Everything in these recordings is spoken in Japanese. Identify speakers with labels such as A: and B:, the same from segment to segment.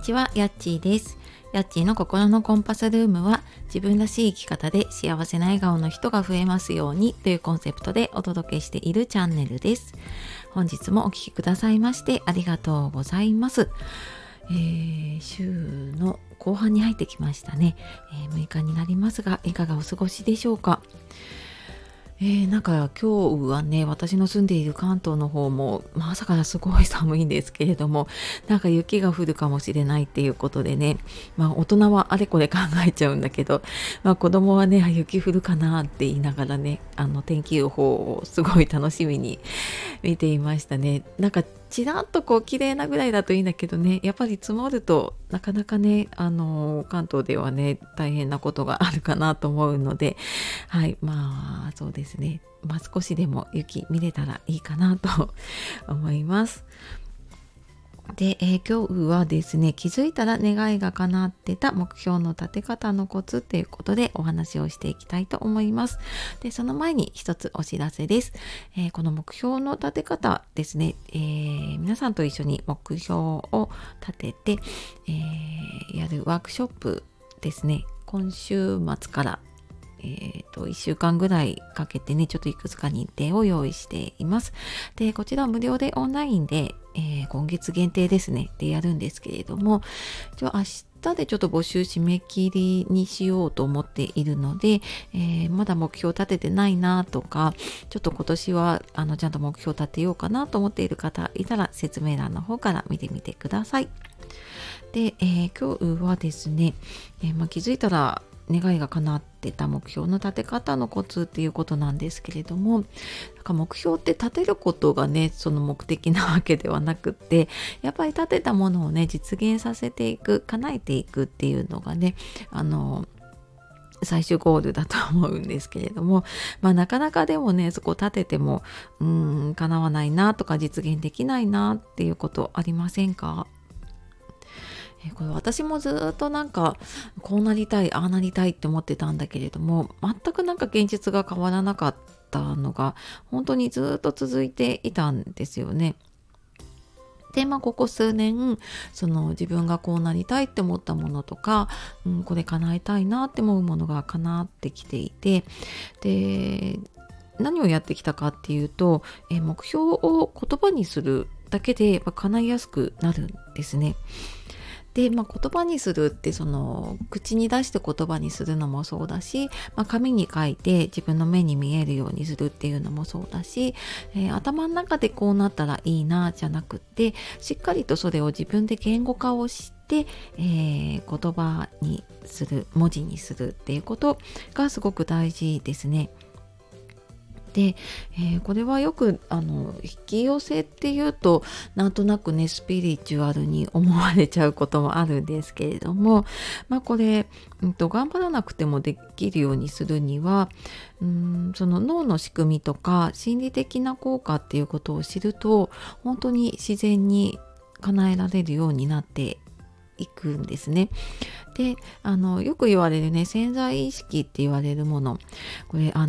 A: ちは、やっちーです。やっちーの心のコンパスルームは、自分らしい生き方で幸せな笑顔の人が増えますようにというコンセプトでお届けしているチャンネルです。本日もお聞きくださいましてありがとうございます。週の後半に入ってきましたね。6日になりますが、いかがお過ごしでしょうか。なんか今日はね、私の住んでいる関東の方も、朝からすごい寒いんですけれども、なんか雪が降るかもしれないっていうことでね、大人はあれこれ考えちゃうんだけど、子供はね、雪降るかなって言いながらね、天気予報をすごい楽しみに見ていましたね。なんかちらっと綺麗なぐらいだといいんだけどね、やっぱり積もるとなかなかね、関東ではね、大変なことがあるかなと思うので、はい、そうですね、少しでも雪見れたらいいかなと思います。で、今日はですね、気づいたら願いが叶ってた目標の立て方のコツということでお話をしていきたいと思います。で、その前に一つお知らせです。この目標の立て方ですね、皆さんと一緒に目標を立てて、やるワークショップですね、今週末から1週間ぐらいかけてね、ちょっといくつか日程を用意しています。で、こちらは無料でオンラインで、今月限定ですね、でやるんですけれども、明日でちょっと募集締め切りにしようと思っているので、まだ目標立ててないなとか、ちょっと今年はちゃんと目標立てようかなと思っている方いたら説明欄の方から見てみてください。で、今日はですね、気づいたら願いが叶ってた目標の立て方のコツっていうことなんですけれども、目標って立てることがね、その目的なわけではなくって、やっぱり立てたものをね、実現させていく、叶えていくっていうのがね、最終ゴールだと思うんですけれども、なかなかでもね、そこ立てても叶わないなとか実現できないなっていうことありませんか？これ私もずっとこうなりたい、ああなりたいって思ってたんだけれども、全く現実が変わらなかったのが本当にずっと続いていたんですよね。で、ここ数年、自分がこうなりたいって思ったものとか、これ叶えたいなって思うものが叶ってきていて、で、何をやってきたかっていうと、目標を言葉にするだけで叶いやすくなるんですね。で、言葉にするって口に出して言葉にするのもそうだし、紙に書いて自分の目に見えるようにするっていうのもそうだし、頭の中でこうなったらいいなじゃなくって、しっかりとそれを自分で言語化をして、言葉にする、文字にするっていうことがすごく大事ですね。で、これはよく引き寄せっていうとなんとなくね、スピリチュアルに思われちゃうこともあるんですけれども、これ、頑張らなくてもできるようにするには、その脳の仕組みとか心理的な効果っていうことを知ると、本当に自然に叶えられるようになっていくんですね。で、よく言われるね、潜在意識って言われるもの、これ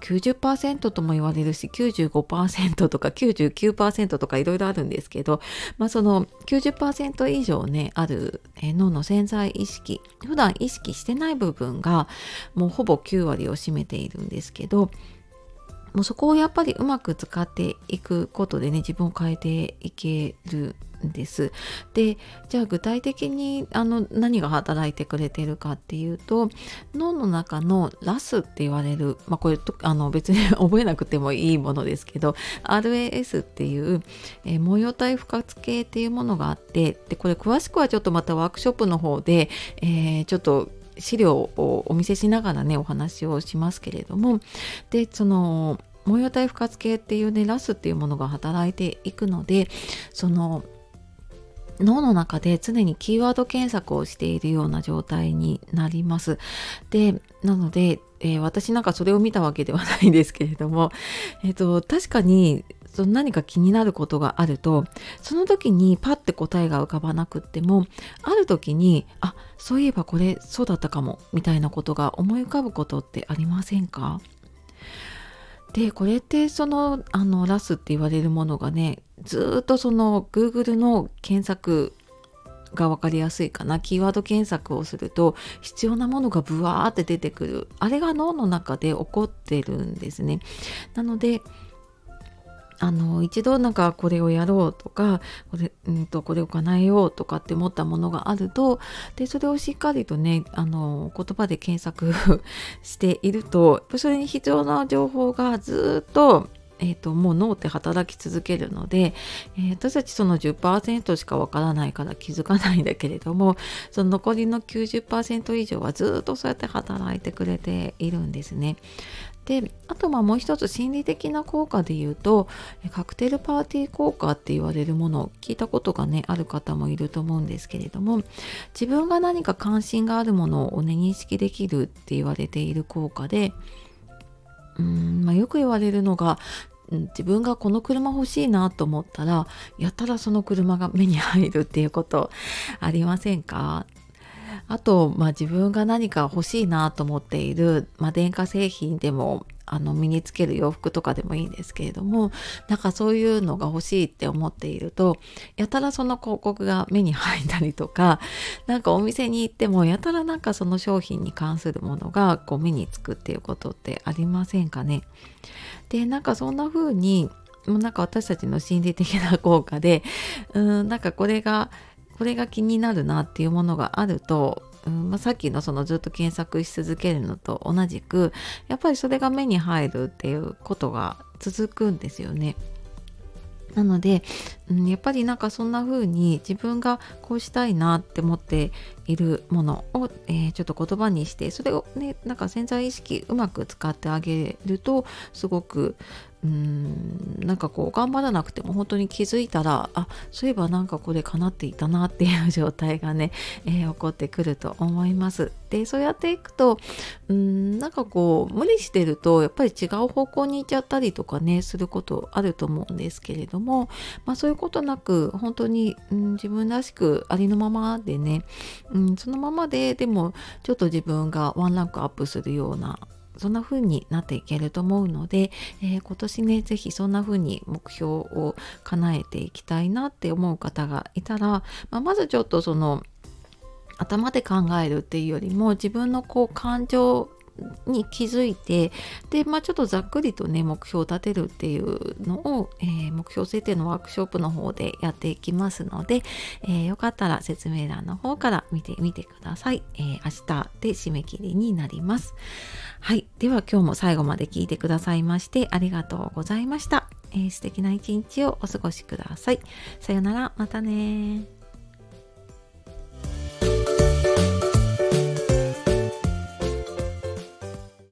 A: 90% とも言われるし、95% とか 99% とかいろいろあるんですけど、その 90% 以上ねある、脳の潜在意識、普段意識してない部分がもうほぼ9割を占めているんですけど、もうそこをやっぱりうまく使っていくことでね、自分を変えていけるんです。で、じゃあ具体的に何が働いてくれてるかっていうと、脳の中のラスって言われる、これ別に覚えなくてもいいものですけど、 RAS っていう、模様体不活系っていうものがあって、でこれ詳しくはちょっとまたワークショップの方で、ちょっと資料をお見せしながらねお話をしますけれども、で模様体不活系っていうねラスっていうものが働いていくので、脳の中で常にキーワード検索をしているような状態になります。で、なので、私それを見たわけではないんですけれども、確かに何か気になることがあると、その時にパッて答えが浮かばなくっても、ある時にそういえばこれそうだったかもみたいなことが思い浮かぶことってありませんか？で、これってラスって言われるものがね、ずっとGoogle の検索が分かりやすいかな。キーワード検索をすると必要なものがブワーって出てくる、あれが脳の中で起こってるんですね。なので一度なんかこれをやろうとか、これを叶えようとかって思ったものがあると、でそれをしっかりとね言葉で検索していると、やっぱそれに必要な情報がずっともう脳って働き続けるので、私たちその 10% しかわからないから気づかないんだけれども、その残りの 90% 以上はずっとそうやって働いてくれているんですね。で、あともう一つ心理的な効果で言うと、カクテルパーティー効果って言われるものを聞いたことがねある方もいると思うんですけれども、自分が何か関心があるものを認識できるって言われている効果で、よく言われるのが、自分がこの車欲しいなと思ったらやったらその車が目に入るっていうことありませんか？あと、自分が何か欲しいなと思っている、電化製品でも身につける洋服とかでもいいんですけれども、なんかそういうのが欲しいって思っているとやたらその広告が目に入ったりとか、なんかお店に行ってもやたらなんかその商品に関するものが目につくっていうことってありませんかね。で、なんかそんな風になんか私たちの心理的な効果で、なんかこれが気になるなっていうものがあると、さっきのそのずっと検索し続けるのと同じく、やっぱりそれが目に入るっていうことが続くんですよね。なので、やっぱりなんかそんな風に自分がこうしたいなって思っているものを、ちょっと言葉にして、それをねなんか潜在意識うまく使ってあげると、すごくなんか頑張らなくても本当に気づいたら、そういえばなんかこれ叶っていたなっていう状態がね、起こってくると思います。で、そうやっていくとなんか無理してるとやっぱり違う方向に行っちゃったりとかねすることあると思うんですけれども、そういうことなく本当に、自分らしくありのままでね、そのままででもちょっと自分がワンランクアップするような、そんな風になっていけると思うので、今年ねぜひそんな風に目標を叶えていきたいなって思う方がいたら、まずちょっとその頭で考えるっていうよりも自分の感情に気づいて、で、ちょっとざっくりとね目標を立てるっていうのを、目標設定のワークショップの方でやっていきますので、よかったら説明欄の方から見てみてください。明日で締め切りになります。はい、では今日も最後まで聞いてくださいましてありがとうございました。素敵な一日をお過ごしください。さよなら、またね。